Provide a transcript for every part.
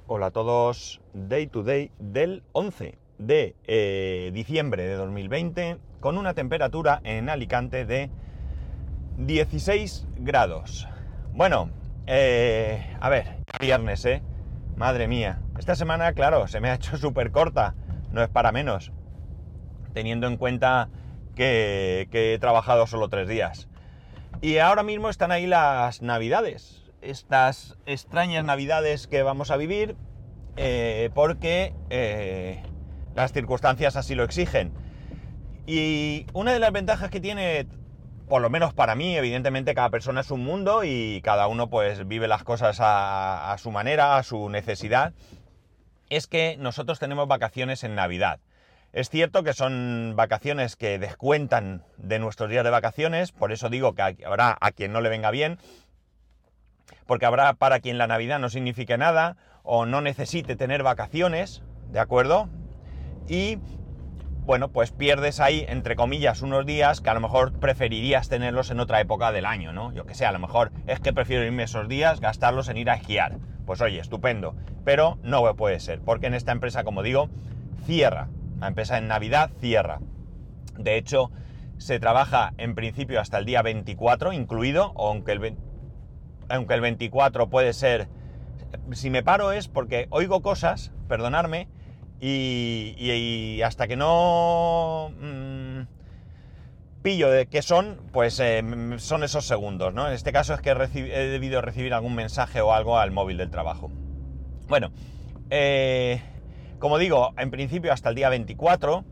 Hola a todos, Day to Day del 11 de diciembre de 2020 con una temperatura en Alicante de 16 grados. Bueno, a ver, viernes, madre mía. Esta semana, claro, se me ha hecho súper corta, no es para menos, teniendo en cuenta que he trabajado solo 3 días. Y ahora mismo están ahí las Navidades. Estas extrañas Navidades que vamos a vivir porque las circunstancias así lo exigen. Y una de las ventajas que tiene, por lo menos para mí, evidentemente cada persona es un mundo y cada uno pues vive las cosas a su manera, a su necesidad, es que nosotros tenemos vacaciones en Navidad. Es cierto que son vacaciones que descuentan de nuestros días de vacaciones, por eso digo que habrá a quien no le venga bien, porque habrá para quien la Navidad no signifique nada o no necesite tener vacaciones, ¿de acuerdo? Y bueno, pues pierdes ahí, entre comillas, unos días que a lo mejor preferirías tenerlos en otra época del año, ¿no? Yo que sé, a lo mejor es que prefiero irme esos días, gastarlos en ir a esquiar. Pues oye, estupendo, pero no puede ser, porque en esta empresa, como digo, cierra. La empresa en Navidad cierra. De hecho, se trabaja en principio hasta el día 24 incluido, aunque el 24 puede ser... Si me paro es porque oigo cosas, perdonadme, y hasta que no pillo de qué son, pues son esos segundos, ¿no? En este caso es que he debido recibir algún mensaje o algo al móvil del trabajo. Bueno, como digo, en principio hasta el día 24,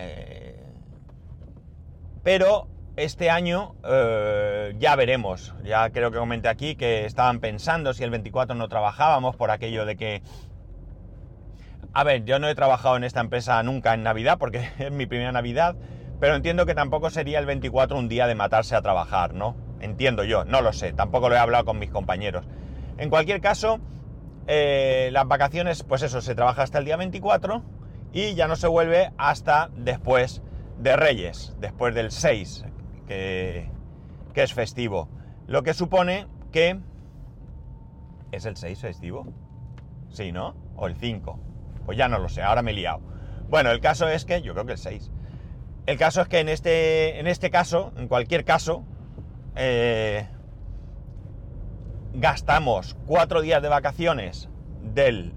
pero este año ya veremos. Ya creo que comenté aquí que estaban pensando si el 24 no trabajábamos por aquello de que... A ver, yo no he trabajado en esta empresa nunca en Navidad porque es mi primera Navidad, pero entiendo que tampoco sería el 24 un día de matarse a trabajar, ¿no? Entiendo yo, no lo sé, tampoco lo he hablado con mis compañeros. En cualquier caso, las vacaciones, pues eso, se trabaja hasta el día 24 y ya no se vuelve hasta después de Reyes, después del 6, que es festivo. Lo que supone que... ¿Es el 6 festivo? Sí, ¿no? ¿O el 5? Pues ya no lo sé, ahora me he liado. Bueno, el caso es que... Yo creo que el 6. El caso es que en este caso, en cualquier caso, gastamos 4 días de vacaciones del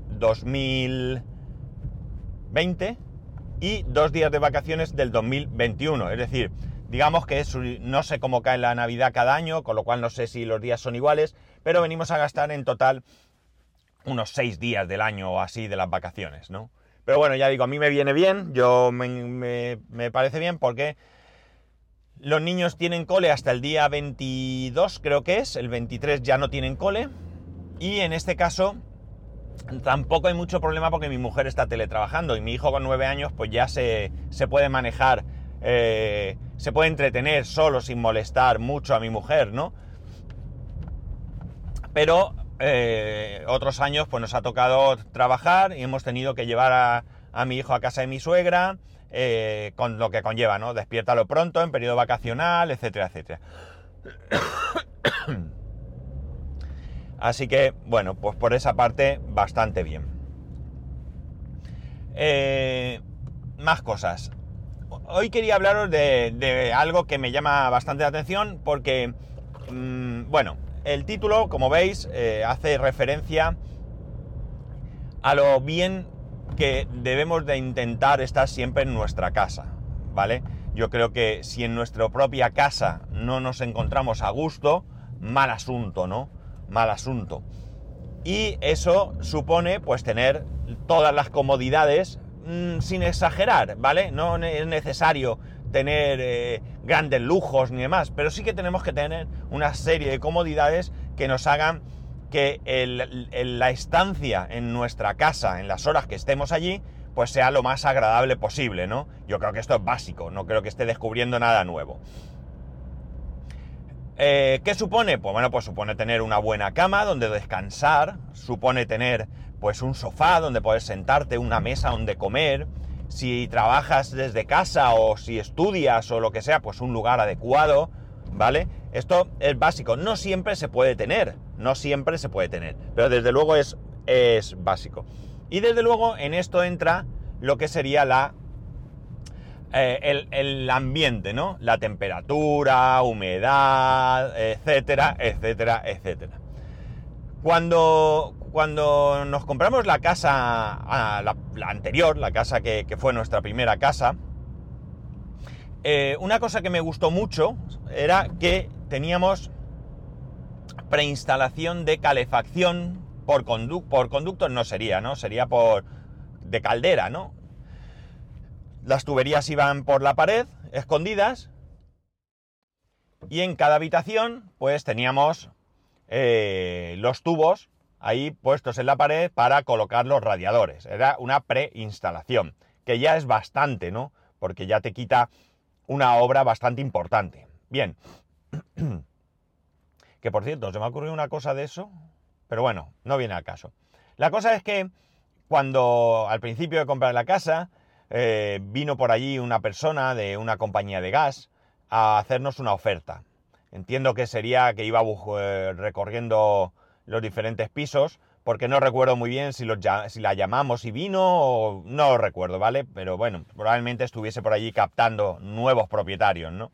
2020 y 2 días de vacaciones del 2021. Es decir, digamos que no sé cómo cae la Navidad cada año, con lo cual no sé si los días son iguales, pero venimos a gastar en total unos 6 días del año o así de las vacaciones, ¿no? Pero bueno, ya digo, a mí me viene bien, me parece bien porque los niños tienen cole hasta el día 22, creo que es, el 23 ya no tienen cole, y en este caso tampoco hay mucho problema porque mi mujer está teletrabajando y mi hijo con 9 años pues ya se puede manejar, se puede entretener solo sin molestar mucho a mi mujer, ¿no? Pero otros años pues nos ha tocado trabajar y hemos tenido que llevar a mi hijo a casa de mi suegra, con lo que conlleva, ¿no? Despiértalo pronto, en periodo vacacional, etcétera, etcétera. Así que, bueno, pues por esa parte, bastante bien. Más cosas. Hoy quería hablaros de algo que me llama bastante la atención porque, bueno, el título, como veis, hace referencia a lo bien que debemos de intentar estar siempre en nuestra casa, ¿vale? Yo creo que si en nuestra propia casa no nos encontramos a gusto, mal asunto, ¿no? Mal asunto. Y eso supone, pues, tener todas las comodidades, sin exagerar, ¿vale? No es necesario tener grandes lujos ni demás, pero sí que tenemos que tener una serie de comodidades que nos hagan que la estancia en nuestra casa, en las horas que estemos allí, pues sea lo más agradable posible, ¿no? Yo creo que esto es básico, no creo que esté descubriendo nada nuevo. ¿Qué supone? Pues bueno, pues supone tener una buena cama donde descansar, supone tener pues un sofá donde poder sentarte, una mesa donde comer, si trabajas desde casa o si estudias o lo que sea, pues un lugar adecuado, ¿vale? Esto es básico, no siempre se puede tener, pero desde luego es es básico. Y desde luego en esto entra lo que sería el ambiente, ¿no? La temperatura, humedad, etcétera, etcétera, etcétera. Cuando nos compramos la casa, la anterior, la casa que fue nuestra primera casa, una cosa que me gustó mucho era que teníamos preinstalación de calefacción por conductos no sería, ¿no? Sería de caldera, ¿no? Las tuberías iban por la pared, escondidas, y en cada habitación, pues teníamos los tubos ahí puestos en la pared para colocar los radiadores. Era una preinstalación, que ya es bastante, ¿no? Porque ya te quita una obra bastante importante. Bien. Que por cierto, se me ha ocurrido una cosa de eso, pero bueno, no viene al caso. La cosa es que cuando al principio de comprar la casa, vino por allí una persona de una compañía de gas a hacernos una oferta. Entiendo que sería que iba recorriendo los diferentes pisos, porque no recuerdo muy bien si la llamamos y vino o no lo recuerdo, ¿vale? Pero bueno, probablemente estuviese por allí captando nuevos propietarios, ¿no?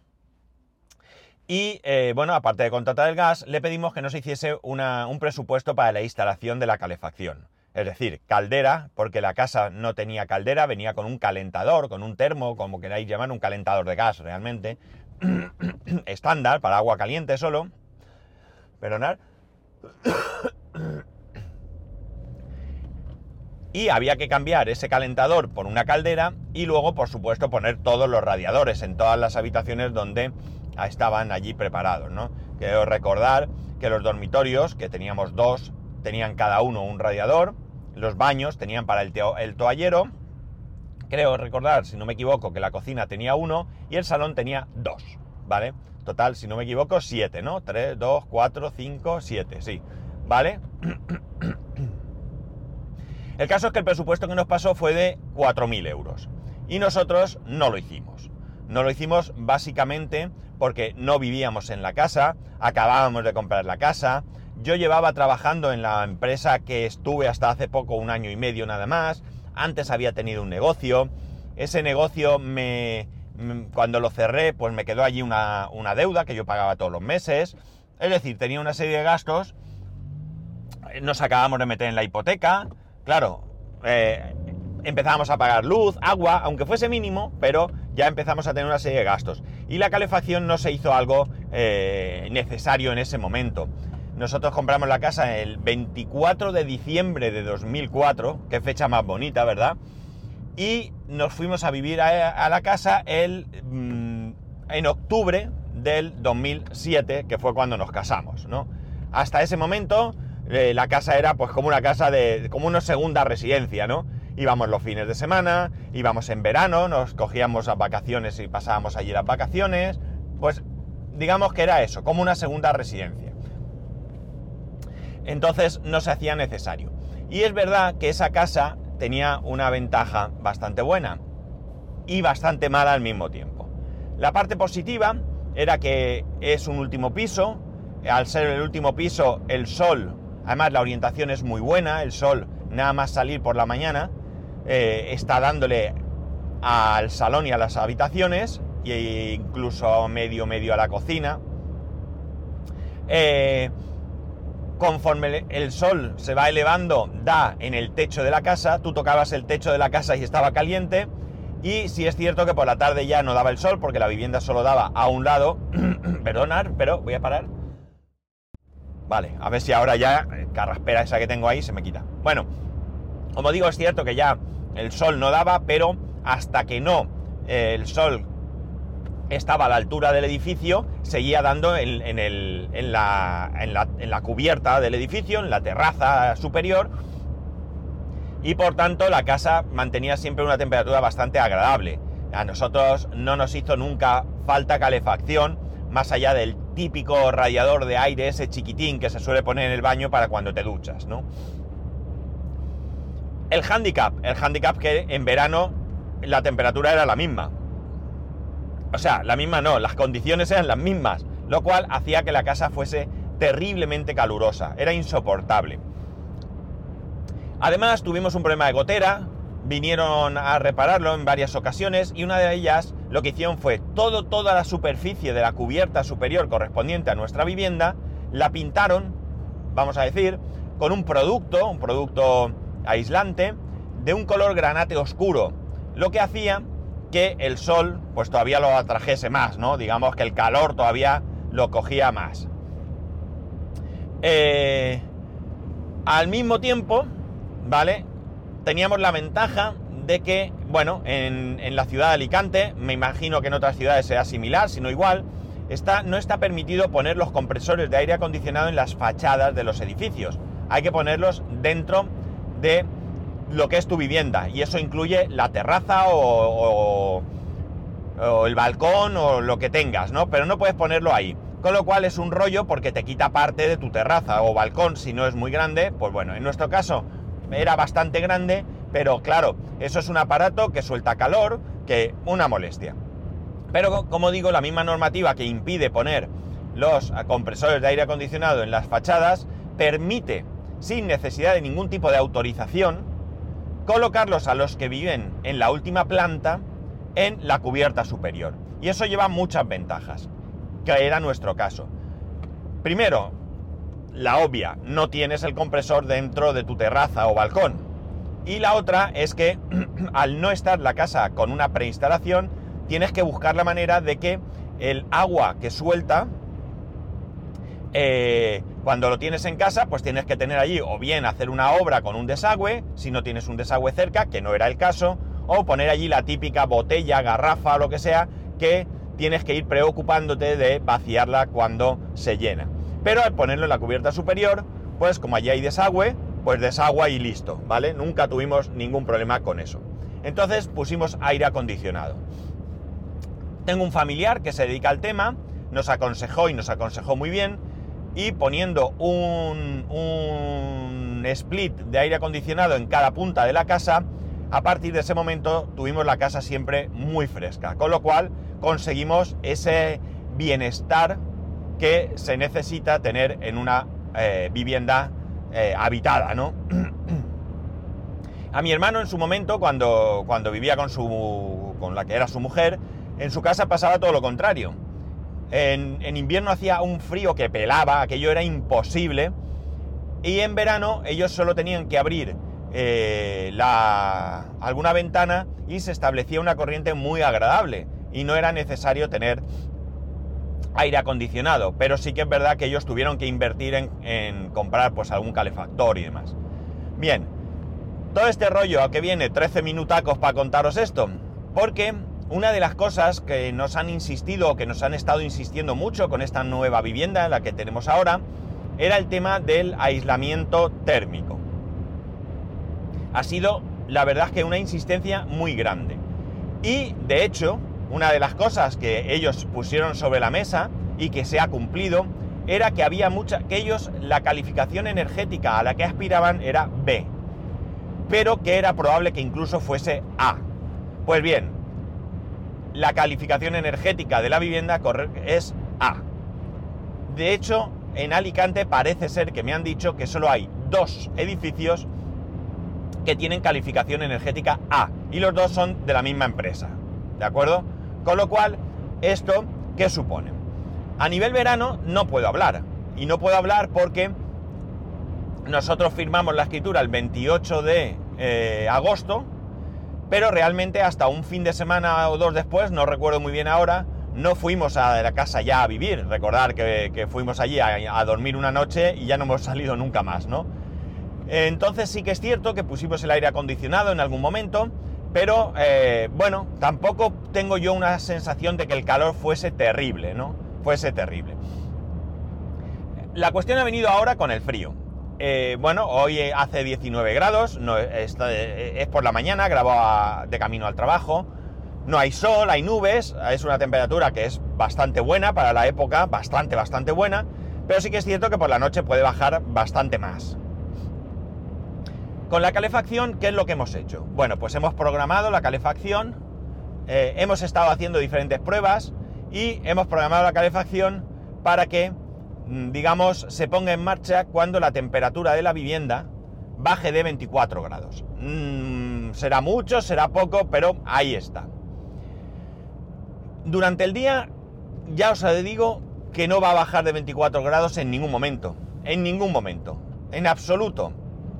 Y bueno, aparte de contratar el gas, le pedimos que nos hiciese un presupuesto para la instalación de la calefacción. Es decir, caldera, porque la casa no tenía caldera, venía con un calentador, con un termo, como queráis llamar, un calentador de gas realmente, estándar, para agua caliente solo. Perdonad. Y había que cambiar ese calentador por una caldera y luego, por supuesto, poner todos los radiadores en todas las habitaciones donde estaban allí preparados, ¿no? Quiero recordar que los dormitorios, que teníamos dos, tenían cada uno un radiador, los baños tenían para el toallero, creo recordar, si no me equivoco, que la cocina tenía uno y el salón tenía dos, ¿vale? Total, si no me equivoco, 7, ¿no? 3, 2, 4, 5, 7, sí, ¿vale? El caso es que el presupuesto que nos pasó fue de 4.000 euros y nosotros no lo hicimos. No lo hicimos básicamente porque no vivíamos en la casa, acabábamos de comprar la casa. Yo llevaba trabajando en la empresa que estuve hasta hace poco, 1 año y medio nada más. Antes había tenido un negocio. Ese negocio cuando lo cerré, pues me quedó allí una deuda que yo pagaba todos los meses. Es decir, tenía una serie de gastos. Nos acabamos de meter en la hipoteca. Claro, empezábamos a pagar luz, agua, aunque fuese mínimo, pero ya empezamos a tener una serie de gastos. Y la calefacción no se hizo algo necesario en ese momento. Nosotros compramos la casa el 24 de diciembre de 2004, qué fecha más bonita, ¿verdad? Y nos fuimos a vivir a la casa en octubre del 2007, que fue cuando nos casamos, ¿no? Hasta ese momento la casa era pues como una casa como una segunda residencia, ¿no? Íbamos los fines de semana, íbamos en verano, nos cogíamos las vacaciones y pasábamos allí las vacaciones, pues digamos que era eso, como una segunda residencia. Entonces no se hacía necesario. Y es verdad que esa casa tenía una ventaja bastante buena y bastante mala al mismo tiempo. La parte positiva era que es un último piso. Al ser el último piso, el sol, además la orientación es muy buena, el sol nada más salir por la mañana está dándole al salón y a las habitaciones e incluso medio a la cocina. Conforme el sol se va elevando, da en el techo de la casa. Tú tocabas el techo de la casa y estaba caliente. Y sí es cierto que por la tarde ya no daba el sol porque la vivienda solo daba a un lado. Perdonad, pero voy a parar. Vale, a ver si ahora ya carraspera esa que tengo ahí se me quita. Bueno, como digo, es cierto que ya el sol no daba, pero hasta que no el sol estaba a la altura del edificio, seguía dando en la cubierta del edificio, en la terraza superior, y por tanto la casa mantenía siempre una temperatura bastante agradable. A nosotros no nos hizo nunca falta calefacción, más allá del típico radiador de aire ese chiquitín que se suele poner en el baño para cuando te duchas, ¿no? El hándicap que en verano la temperatura era la misma. O sea, la misma no, las condiciones eran las mismas, lo cual hacía que la casa fuese terriblemente calurosa, era insoportable. Además tuvimos un problema de gotera, vinieron a repararlo en varias ocasiones y una de ellas lo que hicieron fue toda la superficie de la cubierta superior correspondiente a nuestra vivienda, la pintaron, vamos a decir, con un producto aislante de un color granate oscuro, lo que hacía que el sol pues todavía lo atrajese más, ¿no? Digamos que el calor todavía lo cogía más. Al mismo tiempo, ¿vale? Teníamos la ventaja de que, bueno, en la ciudad de Alicante, me imagino que en otras ciudades sea similar, sino igual, no está permitido poner los compresores de aire acondicionado en las fachadas de los edificios. Hay que ponerlos dentro de lo que es tu vivienda, y eso incluye la terraza o el balcón o lo que tengas, ¿no? Pero no puedes ponerlo ahí. Con lo cual es un rollo porque te quita parte de tu terraza o balcón si no es muy grande. Pues bueno, en nuestro caso era bastante grande, pero claro, eso es un aparato que suelta calor, que una molestia. Pero como digo, la misma normativa que impide poner los compresores de aire acondicionado en las fachadas permite, sin necesidad de ningún tipo de autorización, colocarlos a los que viven en la última planta en la cubierta superior. Y eso lleva muchas ventajas, que era nuestro caso. Primero, la obvia, no tienes el compresor dentro de tu terraza o balcón. Y la otra es que al no estar la casa con una preinstalación, tienes que buscar la manera de que el agua que suelta, cuando lo tienes en casa, pues tienes que tener allí o bien hacer una obra con un desagüe, si no tienes un desagüe cerca, que no era el caso, o poner allí la típica botella, garrafa o lo que sea, que tienes que ir preocupándote de vaciarla cuando se llena. Pero al ponerlo en la cubierta superior, pues como allí hay desagüe, pues desagua y listo, ¿vale? Nunca tuvimos ningún problema con eso. Entonces pusimos aire acondicionado. Tengo un familiar que se dedica al tema, nos aconsejó muy bien, y poniendo un split de aire acondicionado en cada punta de la casa, a partir de ese momento tuvimos la casa siempre muy fresca, con lo cual conseguimos ese bienestar que se necesita tener en una vivienda habitada, ¿no? A mi hermano en su momento, cuando vivía con la que era su mujer, en su casa pasaba todo lo contrario. En invierno hacía un frío que pelaba, aquello era imposible, y en verano ellos solo tenían que abrir alguna ventana y se establecía una corriente muy agradable y no era necesario tener aire acondicionado, pero sí que es verdad que ellos tuvieron que invertir en comprar pues algún calefactor y demás. Bien, todo este rollo a que viene 13 minutacos para contaros esto, porque una de las cosas que nos han insistido o que nos han estado insistiendo mucho con esta nueva vivienda en la que tenemos ahora era el tema del aislamiento térmico. Ha sido, la verdad, que una insistencia muy grande. Y, de hecho, una de las cosas que ellos pusieron sobre la mesa y que se ha cumplido era que había que ellos, la calificación energética a la que aspiraban era B, pero que era probable que incluso fuese A. Pues bien, la calificación energética de la vivienda es A. De hecho, en Alicante parece ser que me han dicho que solo hay 2 edificios que tienen calificación energética A, y los 2 son de la misma empresa, ¿de acuerdo? Con lo cual, ¿esto qué supone? A nivel verano no puedo hablar, y no puedo hablar porque nosotros firmamos la escritura el 28 de agosto, pero realmente hasta un fin de semana o 2 después, no recuerdo muy bien ahora, no fuimos a la casa ya a vivir. Recordar que fuimos allí a dormir una noche y ya no hemos salido nunca más, ¿no? Entonces sí que es cierto que pusimos el aire acondicionado en algún momento, pero bueno, tampoco tengo yo una sensación de que el calor fuese terrible, ¿no? Fuese terrible. La cuestión ha venido ahora con el frío. Bueno, hoy hace 19 grados, es por la mañana, grabo de camino al trabajo, no hay sol, hay nubes, es una temperatura que es bastante buena para la época, bastante buena, pero sí que es cierto que por la noche puede bajar bastante más. Con la calefacción, ¿qué es lo que hemos hecho? Bueno, pues hemos programado la calefacción, hemos estado haciendo diferentes pruebas y hemos programado la calefacción para que, digamos, se ponga en marcha cuando la temperatura de la vivienda baje de 24 grados. Será mucho, será poco, pero ahí está. Durante el día, ya os digo que no va a bajar de 24 grados en ningún momento, en absoluto.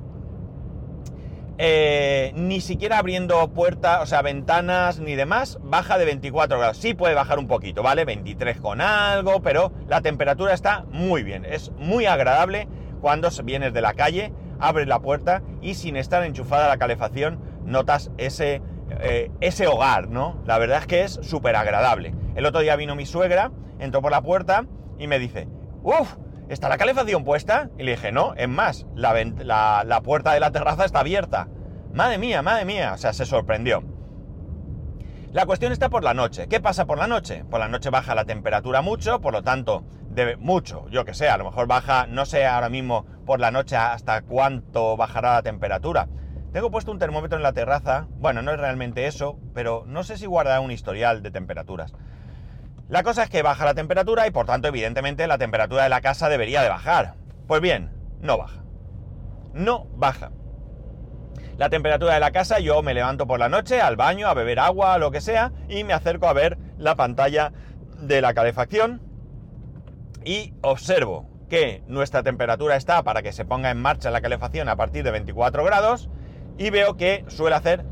Ni siquiera abriendo puertas, o sea, ventanas ni demás, baja de 24 grados. Sí puede bajar un poquito, ¿vale? 23 con algo, pero la temperatura está muy bien. Es muy agradable cuando vienes de la calle, abres la puerta y sin estar enchufada la calefacción notas ese hogar, ¿no? La verdad es que es súper agradable. El otro día vino mi suegra, entró por la puerta y me dice: ¡uf! ¿Está la calefacción puesta? Y le dije: no, es más, la puerta de la terraza está abierta. Madre mía, o sea, se sorprendió. La cuestión está por la noche. ¿Qué pasa por la noche? Por la noche baja la temperatura mucho, por lo tanto, yo que sé, a lo mejor baja, no sé ahora mismo por la noche hasta cuánto bajará la temperatura. Tengo puesto un termómetro en la terraza, bueno, no es realmente eso, pero no sé si guardará un historial de temperaturas. La cosa es que baja la temperatura y por tanto, evidentemente, la temperatura de la casa debería de bajar. Pues bien, no baja. No baja. La temperatura de la casa, yo me levanto por la noche al baño, a beber agua, lo que sea, y me acerco a ver la pantalla de la calefacción y observo que nuestra temperatura está para que se ponga en marcha la calefacción a partir de 24 grados y veo que suele hacer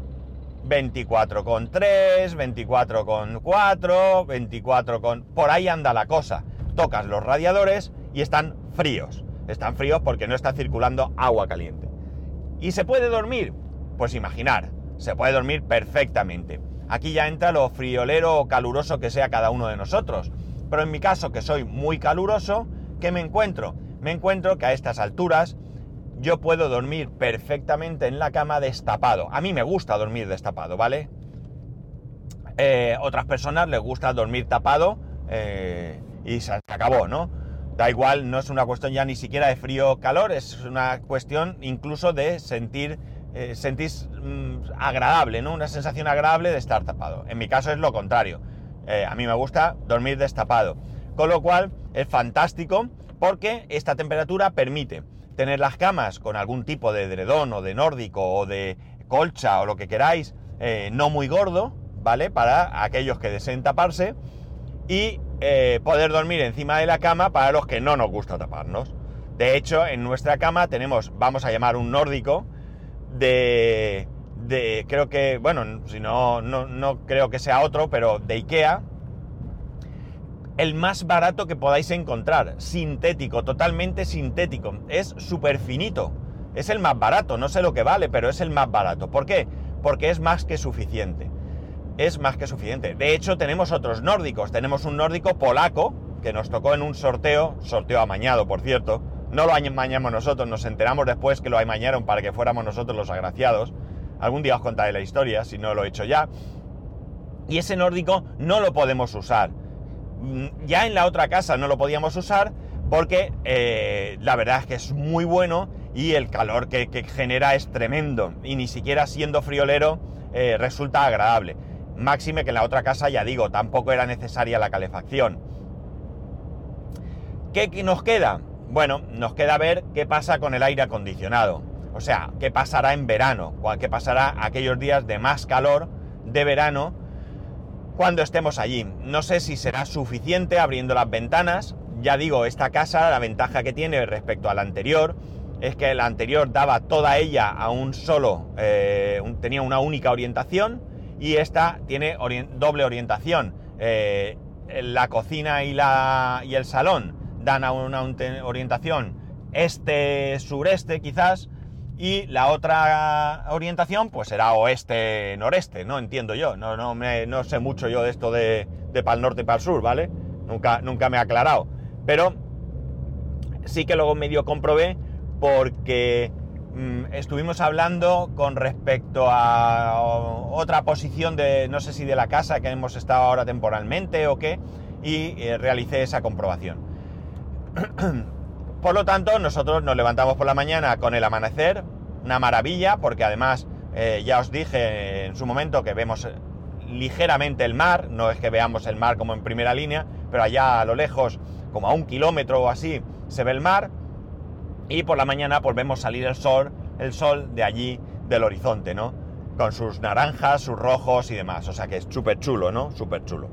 24,3, 24,4, 24 con... Por ahí anda la cosa. Tocas los radiadores y están fríos. Están fríos porque no está circulando agua caliente. ¿Y se puede dormir? Pues imaginar, se puede dormir perfectamente. Aquí ya entra lo friolero o caluroso que sea cada uno de nosotros. Pero en mi caso, que soy muy caluroso, ¿qué me encuentro? Me encuentro que a estas alturas yo puedo dormir perfectamente en la cama destapado. A mí me gusta dormir destapado, ¿vale? Otras personas les gusta dormir tapado y se acabó, ¿no? Da igual, no es una cuestión ya ni siquiera de frío o calor, es una cuestión incluso de sentir agradable, ¿no? Una sensación agradable de estar tapado. En mi caso es lo contrario. A mí me gusta dormir destapado. Con lo cual es fantástico porque esta temperatura permite tener las camas con algún tipo de edredón o de nórdico o de colcha o lo que queráis, no muy gordo, ¿vale? Para aquellos que deseen taparse y poder dormir encima de la cama para los que no nos gusta taparnos. De hecho, en nuestra cama tenemos, vamos a llamar un nórdico, creo que, bueno, si no creo que sea otro, pero de IKEA, el más barato que podáis encontrar, sintético, totalmente sintético, es súper finito, es el más barato, no sé lo que vale, pero es el más barato. ¿Por qué? Porque es más que suficiente, es más que suficiente. De hecho, tenemos otros nórdicos, tenemos un nórdico polaco, que nos tocó en un sorteo amañado, por cierto, no lo amañamos nosotros, nos enteramos después que lo amañaron para que fuéramos nosotros los agraciados. Algún día os contaré la historia, si no lo he hecho ya. Y ese nórdico no lo podemos usar. Ya en la otra casa no lo podíamos usar porque la verdad es que es muy bueno y el calor que genera es tremendo y ni siquiera siendo friolero resulta agradable. Máxime que en la otra casa, ya digo, tampoco era necesaria la calefacción. ¿Qué nos queda? Bueno, nos queda ver qué pasa con el aire acondicionado. O sea, qué pasará en verano, qué pasará aquellos días de más calor de verano cuando estemos allí. No sé si será suficiente abriendo las ventanas. Ya digo, esta casa, la ventaja que tiene respecto a la anterior es que la anterior daba toda ella a un solo, tenía una única orientación y esta tiene doble orientación. La cocina y el salón dan a una orientación este-sureste quizás, y la otra orientación pues será oeste-noreste, no entiendo yo, no sé mucho yo de esto de pa'l norte y pa'l sur, ¿vale? Nunca me he aclarado, pero sí que luego medio comprobé porque estuvimos hablando con respecto a otra posición de, no sé si de la casa que hemos estado ahora temporalmente o qué, y realicé esa comprobación. Por lo tanto, nosotros nos levantamos por la mañana con el amanecer, una maravilla, porque además ya os dije en su momento que vemos ligeramente el mar, no es que veamos el mar como en primera línea, pero allá a lo lejos, como a 1 kilómetro o así, se ve el mar, y por la mañana pues vemos salir el sol el sol de allí, del horizonte, ¿no? Con sus naranjas, sus rojos y demás. O sea que es súper chulo, ¿no? Súper chulo.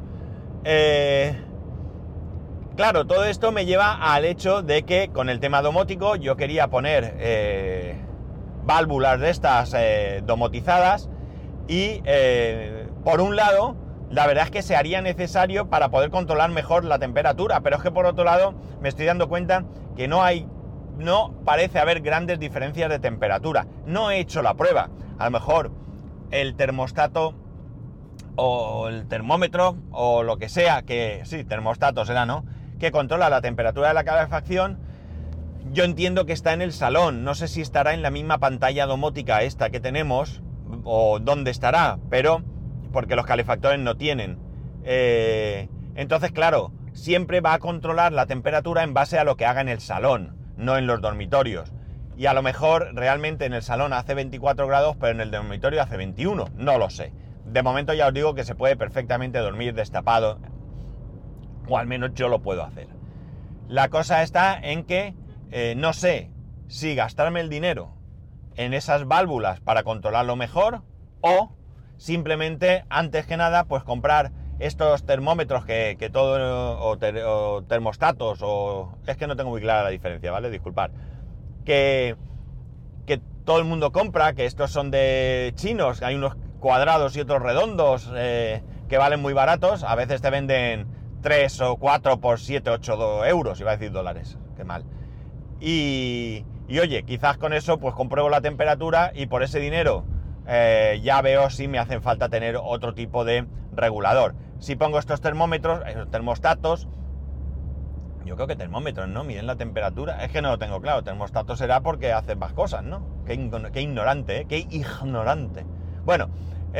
Claro, todo esto me lleva al hecho de que con el tema domótico yo quería poner válvulas de estas domotizadas y por un lado la verdad es que se haría necesario para poder controlar mejor la temperatura, pero es que por otro lado me estoy dando cuenta que no parece haber grandes diferencias de temperatura. No he hecho la prueba. A lo mejor el termostato o el termómetro o lo que sea, que sí, termostato será, ¿no?, que controla la temperatura de la calefacción, yo entiendo que está en el salón. No sé si estará en la misma pantalla domótica esta que tenemos o dónde estará, pero porque los calefactores no tienen. Entonces, claro, siempre va a controlar la temperatura en base a lo que haga en el salón, no en los dormitorios. Y a lo mejor realmente en el salón hace 24 grados, pero en el dormitorio hace 21, no lo sé. De momento ya os digo que se puede perfectamente dormir destapado, o al menos yo lo puedo hacer. La cosa está en que no sé si gastarme el dinero en esas válvulas para controlarlo mejor o simplemente, antes que nada, pues comprar estos termómetros que todo, o termostatos, o es que no tengo muy clara la diferencia, ¿vale? Disculpad. Que todo el mundo compra, que estos son de chinos, hay unos cuadrados y otros redondos que valen muy baratos, a veces te venden 3 o 4 por 7, 8 euros, iba a decir dólares, qué mal. Y oye, quizás con eso pues compruebo la temperatura y por ese dinero ya veo si me hacen falta tener otro tipo de regulador. Si pongo estos termómetros, termostatos, yo creo que termómetros, ¿no?, miden la temperatura. Es que no lo tengo claro, termostato será porque hacen más cosas, ¿no? Qué ignorante, ¿eh? Qué ignorante. Bueno,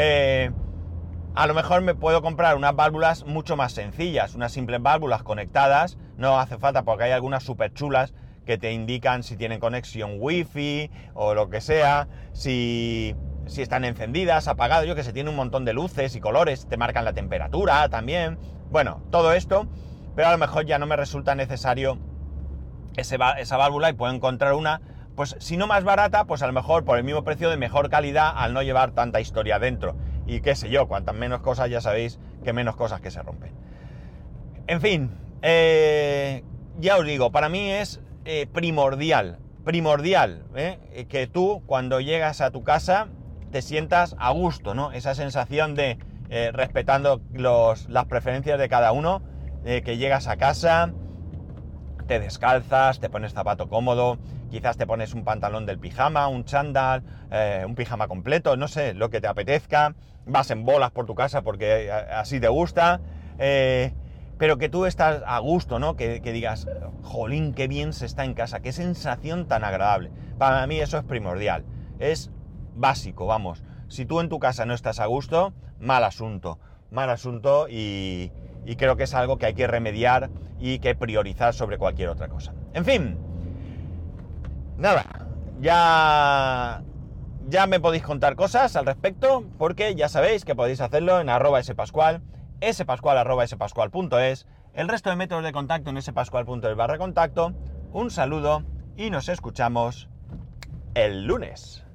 a lo mejor me puedo comprar unas válvulas mucho más sencillas, unas simples válvulas conectadas, no hace falta porque hay algunas súper chulas que te indican si tienen conexión wifi o lo que sea, si están encendidas, apagadas, yo que sé, tiene un montón de luces y colores, te marcan la temperatura también, bueno, todo esto, pero a lo mejor ya no me resulta necesario esa válvula y puedo encontrar una, pues si no más barata, pues a lo mejor por el mismo precio de mejor calidad al no llevar tanta historia dentro. Y qué sé yo, cuantas menos cosas ya sabéis que menos cosas que se rompen. En fin, ya os digo, para mí es primordial que tú cuando llegas a tu casa te sientas a gusto, ¿no? Esa sensación de, respetando las preferencias de cada uno, que llegas a casa, te descalzas, te pones zapato cómodo, quizás te pones un pantalón del pijama, un chándal, un pijama completo, no sé, lo que te apetezca, vas en bolas por tu casa porque así te gusta, pero que tú estás a gusto, ¿no? Que digas, jolín, qué bien se está en casa, qué sensación tan agradable. Para mí eso es primordial, es básico, vamos. Si tú en tu casa no estás a gusto, mal asunto y creo que es algo que hay que remediar y que priorizar sobre cualquier otra cosa. En fin, nada, ya me podéis contar cosas al respecto, porque ya sabéis que podéis hacerlo en @spascual, spascual@spascual.es, el resto de métodos de contacto en spascual.es/contacto. Un saludo y nos escuchamos el lunes.